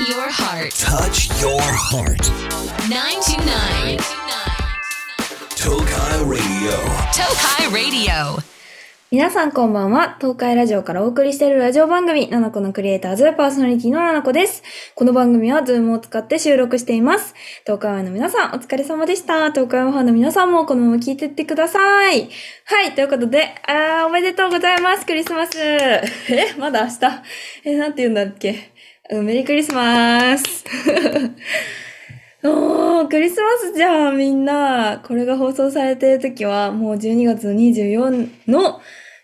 your heart. Touch your heart. 929 Tokai Radio. Tokai Radio. 皆さんこんばんは。東海ラジオからお送りしているラジオ番組、ナナコのクリエイターズパーソナリティのナナコです。この番組はズームを使って収録しています。東海湾の皆さんお疲れ様でした。東海湾ファンの皆さんもこのまま聞いていってください。はい、ということで、おめでとうございます。クリスマス。まだ明日。なんて言うんだっけ。メリークリスマス。クリスマスじゃん、みんな。これが放送されている時は、もう12月24の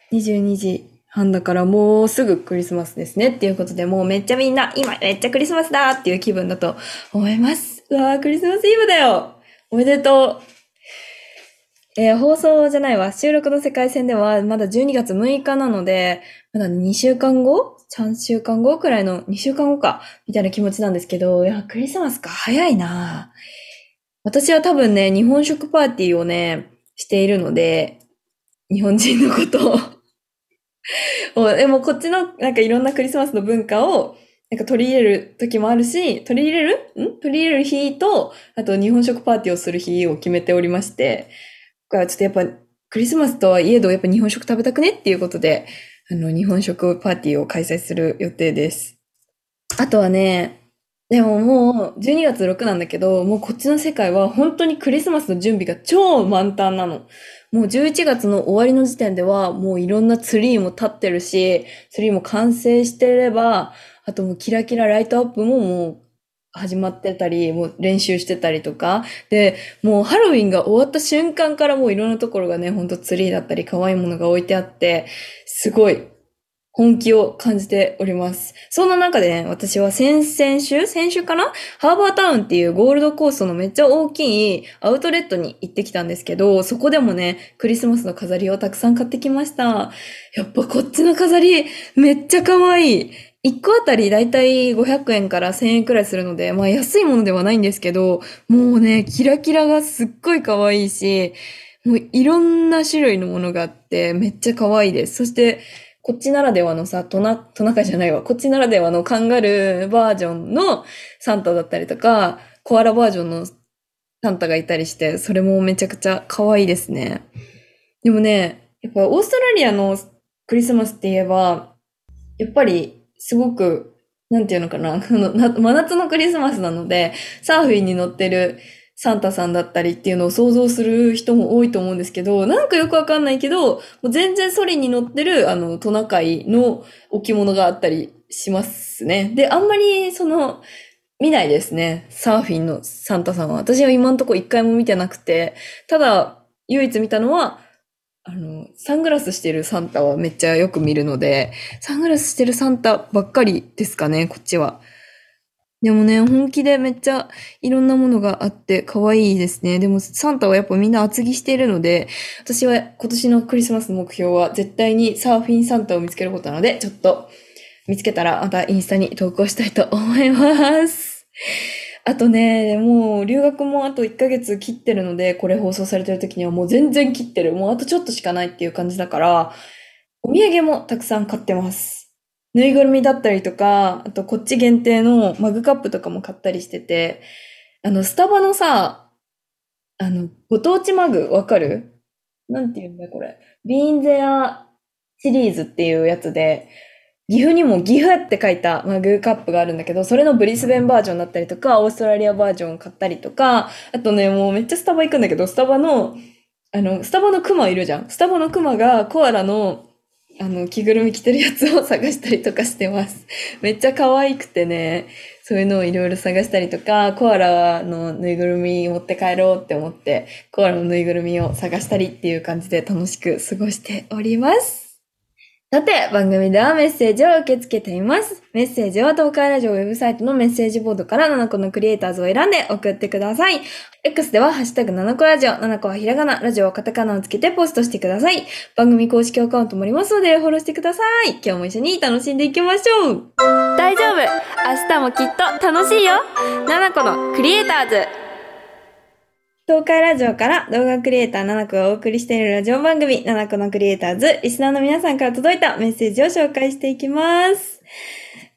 22時半だからもうすぐクリスマスですねっていうことで、もうめっちゃみんな今めっちゃクリスマスだっていう気分だと思います。うわー、クリスマスイブだよ。おめでとう。放送じゃないわ。収録の世界線ではまだ12月6日なので、まだ2週間後 ?3 週間後くらいの2週間後かみたいな気持ちなんですけど、いや、クリスマスか早いな。私は多分ね、日本食パーティーをね、しているので、日本人のことをでもこっちのなんかいろんなクリスマスの文化をなんか取り入れる時もあるし、取り入れる日と、あと日本食パーティーをする日を決めておりまして、ちょっとやっぱクリスマスとはいえどやっぱ日本食食べたくねっていうことで、日本食パーティーを開催する予定です。あとはね、でももう12月6なんだけど、もうこっちの世界は本当にクリスマスの準備が超満タンなの。もう11月の終わりの時点ではもういろんなツリーも立ってるし、ツリーも完成してれば、あともうキラキラライトアップももう始まってたり、もう練習してたりとか。で、もうハロウィンが終わった瞬間からもういろんなところがね、ほんとツリーだったり可愛いものが置いてあって、すごい本気を感じております。そんな中でね、私は先週かなハーバータウンっていうゴールドコーストのめっちゃ大きいアウトレットに行ってきたんですけど、そこでもね、クリスマスの飾りをたくさん買ってきました。やっぱこっちの飾りめっちゃ可愛い。1個あたりだいたい500円から1000円くらいするので、まあ安いものではないんですけど、もうね、キラキラがすっごい可愛いし、もういろんな種類のものがあってめっちゃ可愛いです。そして、こっちならではのさ、トナカイじゃないわ。こっちならではのカンガルーバージョンのサンタだったりとか、コアラバージョンのサンタがいたりして、それもめちゃくちゃ可愛いですね。でもね、やっぱオーストラリアのクリスマスって言えば、やっぱりすごく、なんていうのかな、真夏のクリスマスなので、サーフィンに乗ってるサンタさんだったりっていうのを想像する人も多いと思うんですけど、なんかよくわかんないけど、もう全然ソリに乗ってる、トナカイの置物があったりしますね。で、あんまり、見ないですね。サーフィンのサンタさんは。私は今んとこ一回も見てなくて、ただ、唯一見たのは、サングラスしてるサンタはめっちゃよく見るので、サングラスしてるサンタばっかりですかね、こっちは。でもね、本気でめっちゃいろんなものがあって可愛いですね。でもサンタはやっぱみんな厚着しているので、私は今年のクリスマスの目標は絶対にサーフィンサンタを見つけることなので、ちょっと見つけたらまたインスタに投稿したいと思います。あとね、もう留学もあと1ヶ月切ってるので、これ放送されてる時にはもう全然切ってる。もうあとちょっとしかないっていう感じだから、お土産もたくさん買ってます。ぬいぐるみだったりとか、あとこっち限定のマグカップとかも買ったりしてて、スタバのさ、ご当地マグわかる？なんて言うんだこれ。ビーンゼアシリーズっていうやつで、岐阜にも岐阜って書いたマグカップがあるんだけど、それのブリスベンバージョンだったりとか、オーストラリアバージョンを買ったりとか、あとね、もうめっちゃスタバ行くんだけど、スタバのクマいるじゃん。スタバのクマがコアラの着ぐるみ着てるやつを探したりとかしてます。めっちゃ可愛くてね、そういうのをいろいろ探したりとか、コアラのぬいぐるみ持って帰ろうって思って、コアラのぬいぐるみを探したりっていう感じで楽しく過ごしております。さて、番組ではメッセージを受け付けています。メッセージは東海ラジオウェブサイトのメッセージボードから7個のクリエイターズを選んで送ってください。X ではハッシュタグ7個ラジオ、7個はひらがな、ラジオはカタカナをつけてポストしてください。番組公式アカウントもありますのでフォローしてください。今日も一緒に楽しんでいきましょう。大丈夫。明日もきっと楽しいよ。7個のクリエイターズ。東海ラジオから動画クリエイター7個がお送りしているラジオ番組7個のクリエイターズ、リスナーの皆さんから届いたメッセージを紹介していきます。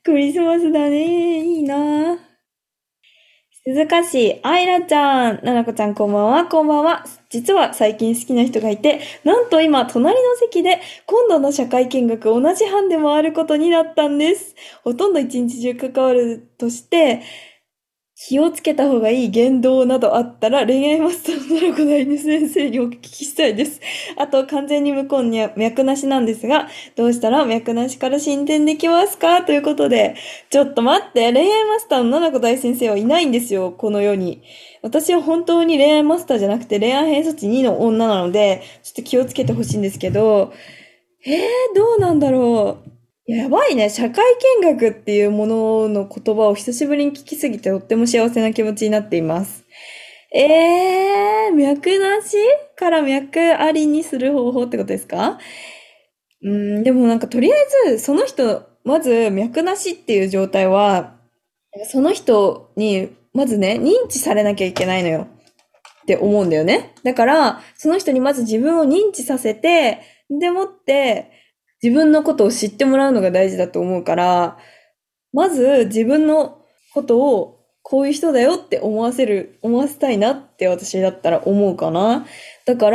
クリスマスだね。いいな。鈴鹿市、あいらちゃん、ななこちゃんこんばんは、こんばんは。実は最近好きな人がいて、なんと今、隣の席で、今度の社会見学同じ班で回ることになったんです。ほとんど一日中関わるとして、気をつけた方がいい言動などあったら、恋愛マスターの奈良子大犬先生にお聞きしたいです。あと、完全に向こうには脈なしなんですが、どうしたら脈なしから進展できますかということで、ちょっと待って、恋愛マスターの奈々子大先生はいないんですよ、この世に。私は本当に恋愛マスターじゃなくて恋愛偏差値2の女なので、ちょっと気をつけてほしいんですけど、どうなんだろう。やばいね。社会見学っていうものの言葉を久しぶりに聞きすぎてとっても幸せな気持ちになっています。脈なしから脈ありにする方法ってことですか？でもなんかとりあえず、その人、まず脈なしっていう状態は、その人に、まずね、認知されなきゃいけないのよって思うんだよね。だから、その人にまず自分を認知させて、でもって、自分のことを知ってもらうのが大事だと思うから、まず自分のことをこういう人だよって思わせたいなって私だったら思うかな。だから、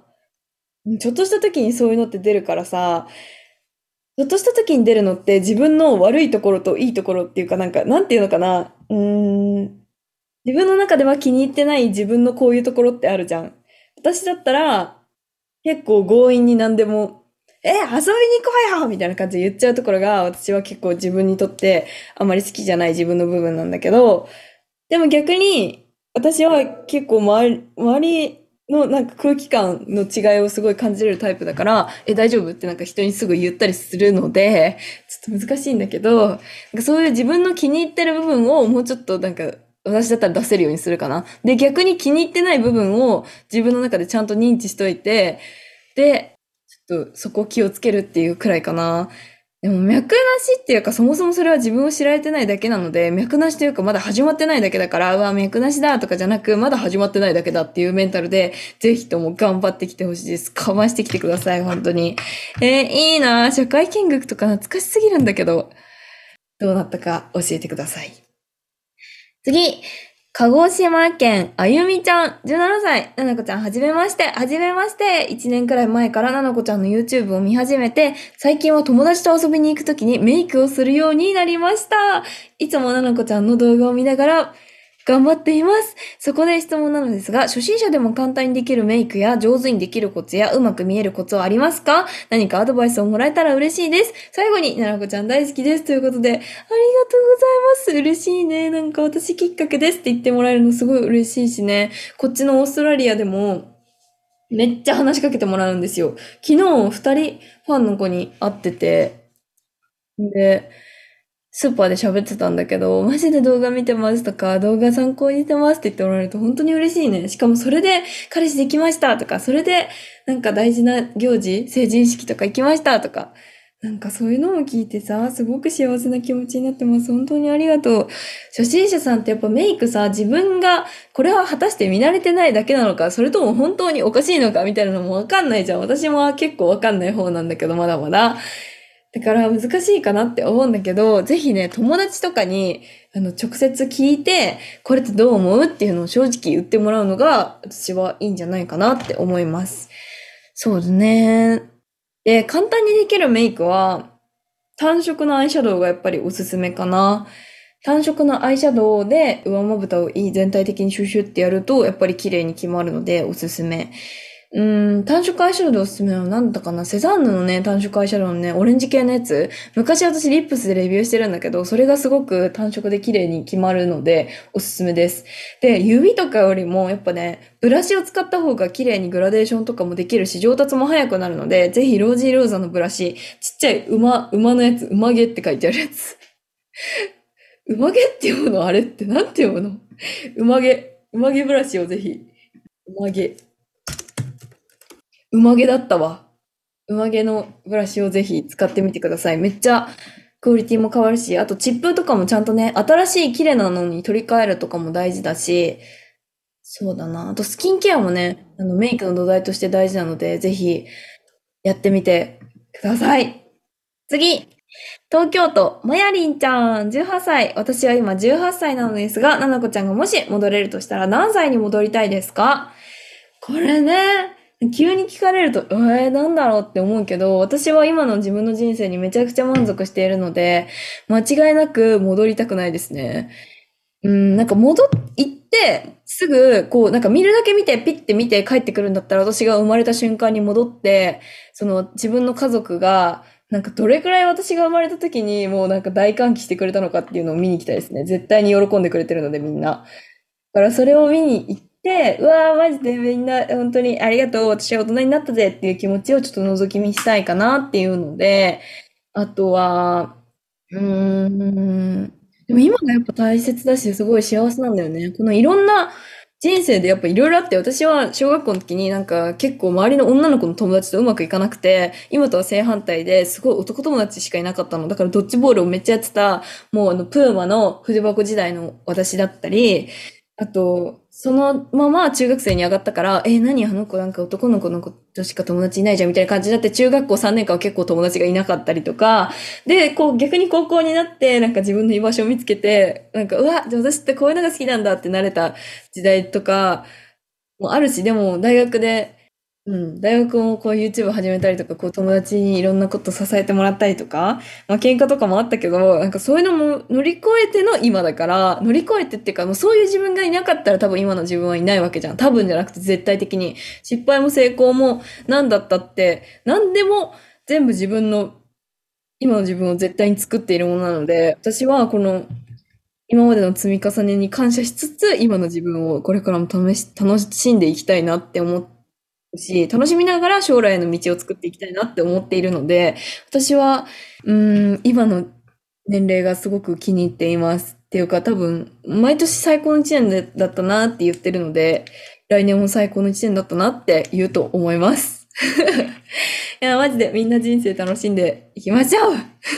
ちょっとした時にそういうのって出るからさ、ちょっとした時に出るのって自分の悪いところといいところっていうかなんか、なんていうのかな。自分の中では気に入ってない自分のこういうところってあるじゃん。私だったら結構強引に何でも、遊びに行こうよみたいな感じで言っちゃうところが私は結構自分にとってあまり好きじゃない自分の部分なんだけど、でも逆に私は結構周りのなんか空気感の違いをすごい感じれるタイプだから、大丈夫ってなんか人にすぐ言ったりするので、ちょっと難しいんだけど、なんかそういう自分の気に入ってる部分をもうちょっとなんか私だったら出せるようにするかな。で、逆に気に入ってない部分を自分の中でちゃんと認知しといて、で、ちょっとそこを気をつけるっていうくらいかな。でも脈なしっていうかそもそもそれは自分を知られてないだけなので、脈なしというかまだ始まってないだけだから、うわ、脈なしだとかじゃなく、まだ始まってないだけだっていうメンタルで、ぜひとも頑張ってきてほしいです。かましてきてください、本当に。いいな社会見学とか懐かしすぎるんだけど、どうなったか教えてください。次、鹿児島県あゆみちゃん、17歳、ななこちゃん、はじめまして、はじめまして。1年くらい前からななこちゃんの YouTube を見始めて、最近は友達と遊びに行くときにメイクをするようになりました。いつもななこちゃんの動画を見ながら、頑張っています。そこで質問なのですが、初心者でも簡単にできるメイクや上手にできるコツやうまく見えるコツはありますか？何かアドバイスをもらえたら嬉しいです。最後に、ななこちゃん大好きです。ということで、ありがとうございます。嬉しいね。なんか私きっかけですって言ってもらえるのすごい嬉しいしね。こっちのオーストラリアでも、めっちゃ話しかけてもらうんですよ。昨日二人ファンの子に会ってて、で、スーパーで喋ってたんだけど、マジで動画見てますとか、動画参考にしてますって言ってもらえると本当に嬉しいね。しかもそれで彼氏できましたとか、それでなんか大事な行事、成人式とか行きましたとか、なんかそういうのも聞いてさ、すごく幸せな気持ちになってます。本当にありがとう。初心者さんってやっぱメイクさ、自分がこれは果たして見慣れてないだけなのか、それとも本当におかしいのかみたいなのもわかんないじゃん。私も結構わかんない方なんだけど、まだまだ。だから難しいかなって思うんだけど、ぜひね、友達とかに、直接聞いて、これってどう思うっていうのを正直言ってもらうのが、私はいいんじゃないかなって思います。そうですね。で、簡単にできるメイクは、単色のアイシャドウがやっぱりおすすめかな。単色のアイシャドウで上まぶたを全体的にシュシュってやると、やっぱり綺麗に決まるのでおすすめ。単色アイシャドウでおすすめなのなんだかなセザンヌのね、単色アイシャドウのね、オレンジ系のやつ。昔私リップスでレビューしてるんだけど、それがすごく単色で綺麗に決まるので、おすすめです。で、指とかよりも、やっぱね、ブラシを使った方が綺麗にグラデーションとかもできるし、上達も早くなるので、ぜひロージーローザのブラシ、ちっちゃい馬のやつ、馬毛って書いてあるやつ。馬毛って読むのあれってなんて読むの？馬毛ブラシをぜひ。馬毛。馬毛だったわ。馬毛のブラシをぜひ使ってみてください。めっちゃクオリティも変わるし、あとチップとかもちゃんとね、新しい綺麗なのに取り替えるとかも大事だし、そうだな。あとスキンケアもね、メイクの土台として大事なので、ぜひやってみてください。次東京都、もやりんちゃん、18歳。私は今18歳なのですが、ななこちゃんがもし戻れるとしたら何歳に戻りたいですか？これね、急に聞かれると、なんだろうって思うけど、私は今の自分の人生にめちゃくちゃ満足しているので、間違いなく戻りたくないですね。なんか行って、すぐ、こう、なんか見るだけ見て、ピッて見て帰ってくるんだったら、私が生まれた瞬間に戻って、その自分の家族が、なんかどれくらい私が生まれた時にもうなんか大歓喜してくれたのかっていうのを見に行きたいですね。絶対に喜んでくれてるのでみんな。だからそれを見に行って、うわーマジでみんな本当にありがとう、私は大人になったぜっていう気持ちをちょっと覗き見したいかなっていうので、あとは、うーん。でも今がやっぱ大切だし、すごい幸せなんだよね。このいろんな人生でやっぱいろいろあって、私は小学校の時になんか結構周りの女の子の友達とうまくいかなくて、今とは正反対ですごい男友達しかいなかったの。だからドッジボールをめっちゃやってた、もうプーマの筆箱時代の私だったり、あと、そのまま中学生に上がったから、何あの子なんか男の子の子としか友達いないじゃんみたいな感じになって、中学校3年間は結構友達がいなかったりとか、で、こう逆に高校になって、なんか自分の居場所を見つけて、なんか、うわ、私ってこういうのが好きなんだってなれた時代とかもあるし、でも大学で、大学もこう YouTube 始めたりとか、こう友達にいろんなこと支えてもらったりとか、まあ喧嘩とかもあったけど、なんかそういうのも乗り越えての今だから、乗り越えてっていうか、もうそういう自分がいなかったら多分今の自分はいないわけじゃん。多分じゃなくて絶対的に。失敗も成功も何だったって、何でも全部自分の今の自分を絶対に作っているものなので、私はこの今までの積み重ねに感謝しつつ、今の自分をこれからも楽しんでいきたいなって思うし、楽しみながら将来の道を作っていきたいなって思っているので、私は、今の年齢がすごく気に入っています。っていうか多分、毎年最高の一年だったなって言ってるので、来年も最高の一年だったなって言うと思います。いや、マジでみんな人生楽しんでいきましょう。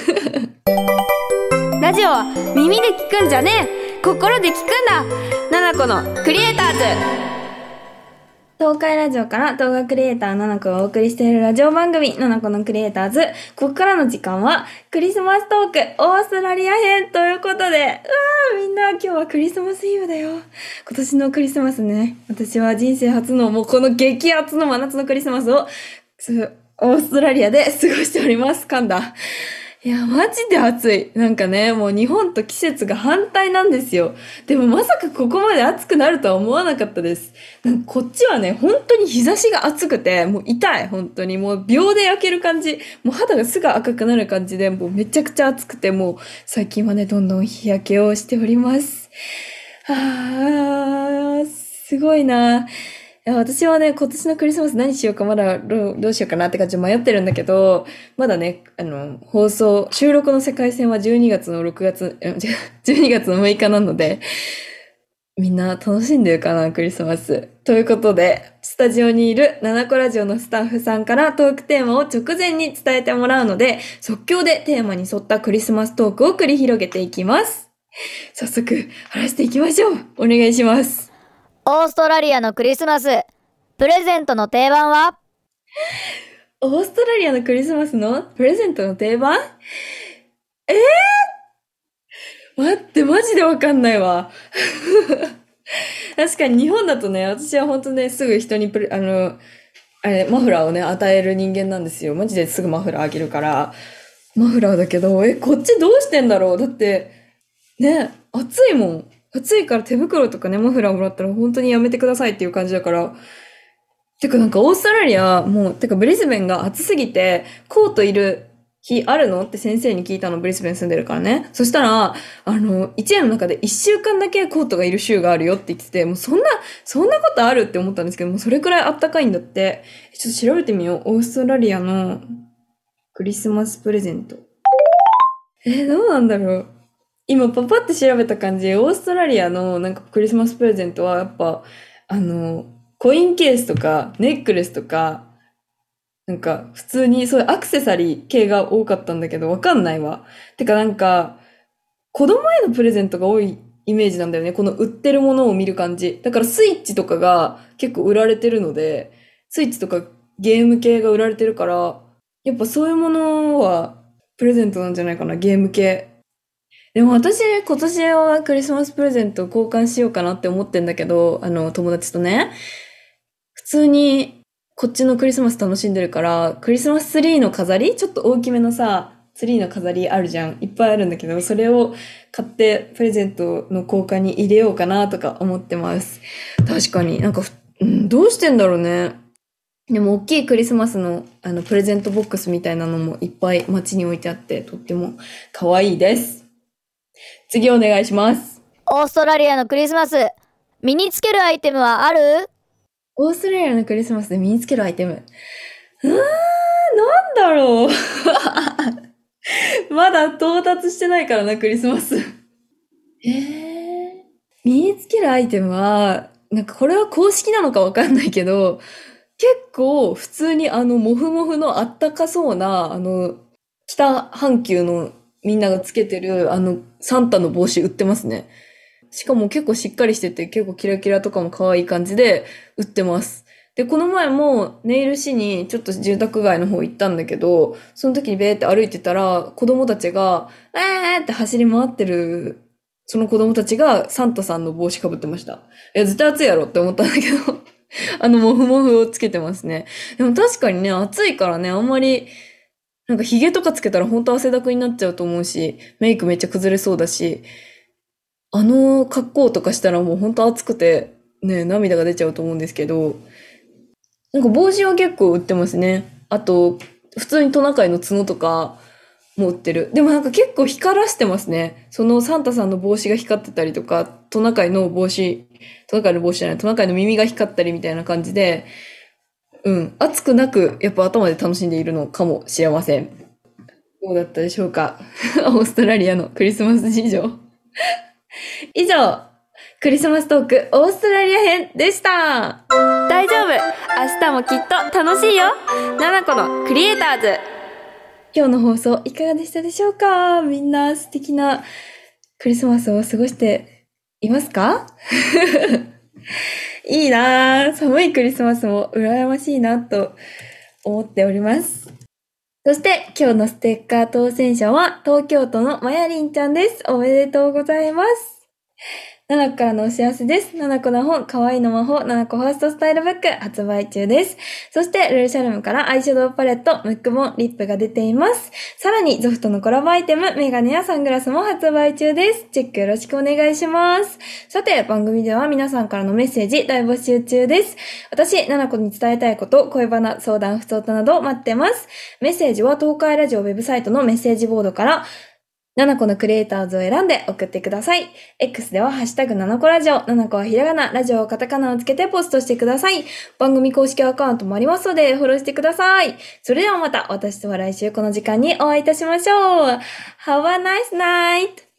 ラジオは耳で聞くんじゃねえ、心で聞くんだ。ナナコのクリエイターズ。 東海ラジオから動画クリエイターななこがお送りしているラジオ番組ななこのクリエイターズ。ここからの時間はクリスマストークオーストラリア編ということで、みんな今日はクリスマスイブだよ。今年のクリスマスね、私は人生初のもうこの激アツの真夏のクリスマスをオーストラリアで過ごしております。噛んだ。いや、マジで暑い。なんかね、もう日本と季節が反対なんですよ。でもまさかここまで暑くなるとは思わなかったです。なんかこっちはね、本当に日差しが暑くて、もう痛い、本当に。もう秒で焼ける感じ。もう肌がすぐ赤くなる感じで、もうめちゃくちゃ暑くて、もう最近はね、どんどん日焼けをしております。すごいな。いや、私はね、今年のクリスマス何しようか、まだどうしようかなって感じで迷ってるんだけど、まだね、収録の世界線は12月の6月、12月の6日なので、みんな楽しんでるかな、クリスマス。ということで、スタジオにいるナコラジオのスタッフさんからトークテーマを直前に伝えてもらうので、即興でテーマに沿ったクリスマストークを繰り広げていきます。早速、話していきましょう。お願いします。 オーストラリアのクリスマス、プレゼントの定番は？ オーストラリアのクリスマスのプレゼントの定番？待って、マジでわかんないわ。確かに日本だとね、私は本当ね、すぐ人にマフラーをね、与える人間なんですよ。マジですぐマフラーあげるから。マフラーだけど、こっちどうしてんだろう？だって、ね、暑いもん。暑いから手袋とかね、マフラーもらったら本当にやめてくださいっていう感じだから。てかなんかオーストラリア、ブリスベンが暑すぎて、コートいる日あるのって先生に聞いたの、ブリスベン住んでるからね。そしたら、一年の中で1週間だけコートがいる週があるよって言ってて、もうそんなことあるって思ったんですけど、もうそれくらい暖かいんだって。ちょっと調べてみよう。オーストラリアのクリスマスプレゼント。どうなんだろう。今パパって調べた感じ、オーストラリアのなんかクリスマスプレゼントはやっぱ、コインケースとかネックレスとか、なんか普通にそういうアクセサリー系が多かったんだけど、わかんないわ。てかなんか、子供へのプレゼントが多いイメージなんだよね。この売ってるものを見る感じ。だからスイッチとかが結構売られてるので、スイッチとかゲーム系が売られてるから、やっぱそういうものはプレゼントなんじゃないかな、ゲーム系。でも私、今年はクリスマスプレゼント交換しようかなって思ってんだけど、友達とね、普通にこっちのクリスマス楽しんでるから、クリスマスツリーの飾りちょっと大きめのさ、ツリーの飾りあるじゃん。いっぱいあるんだけど、それを買ってプレゼントの交換に入れようかなとか思ってます。確かになんかどうしてんだろうね。でも大きいクリスマスのプレゼントボックスみたいなのもいっぱい街に置いてあって、とっても可愛いです。次お願いします。 オーストラリアのクリスマス、身につけるアイテムはある？ オーストラリアのクリスマスで身につけるアイテム。なんだろう。まだ到達してないからな、クリスマス。身につけるアイテムは、なんかこれは公式なのかわかんないけど、結構普通にモフモフのあったかそうな、北半球のみんながつけてる、サンタの帽子売ってますね。しかも結構しっかりしてて、結構キラキラとかも可愛い感じで売ってます。で、この前もネイルしにちょっと住宅街の方行ったんだけど、その時にベーって歩いてたら、子供たちが、って走り回ってる、その子供たちがサンタさんの帽子かぶってました。いや、絶対暑いやろって思ったんだけど、モフモフをつけてますね。でも確かにね、暑いからね、あんまり、なんか髭とかつけたら本当汗だくになっちゃうと思うし、メイクめっちゃ崩れそうだし、格好とかしたらもう本当暑くて、ね、涙が出ちゃうと思うんですけど、なんか帽子は結構売ってますね。あと、普通にトナカイの角とかも売ってる。でもなんか結構光らしてますね。そのサンタさんの帽子が光ってたりとか、トナカイの帽子じゃない、トナカイの耳が光ったりみたいな感じで、暑くなく、やっぱ頭で楽しんでいるのかもしれません。どうだったでしょうか。オーストラリアのクリスマス事情。以上、クリスマストークオーストラリア編でした。 大丈夫、明日もきっと楽しいよ。ナナコのクリエイターズ。 今日の放送いかがでしたでしょうか？みんな素敵なクリスマスを過ごしていますか？いいなぁ。寒いクリスマスも羨ましいなと思っております。そして今日のステッカー当選者は東京都のまやりんちゃんです。おめでとうございます。ナナコからのお知らせです。ナナコの本、可愛いの魔法、ナナコファーストスタイルブック発売中です。そして、ルルシャルムからアイシャドウパレット、ムックボン、リップが出ています。さらに、ゾフトのコラボアイテム、メガネやサングラスも発売中です。チェックよろしくお願いします。さて、番組では皆さんからのメッセージ大募集中です。私、ナナコに伝えたいこと、恋バナ、相談、不相談など待ってます。メッセージは東海ラジオウェブサイトのメッセージボードから、ナナコのクリエイターズを選んで送ってください。X ではハッシュタグナナコラジオ、ナナコはひらがな、ラジオはカタカナをつけてポストしてください。番組公式アカウントもありますのでフォローしてください。それではまた私とは来週この時間にお会いいたしましょう。Have a nice night!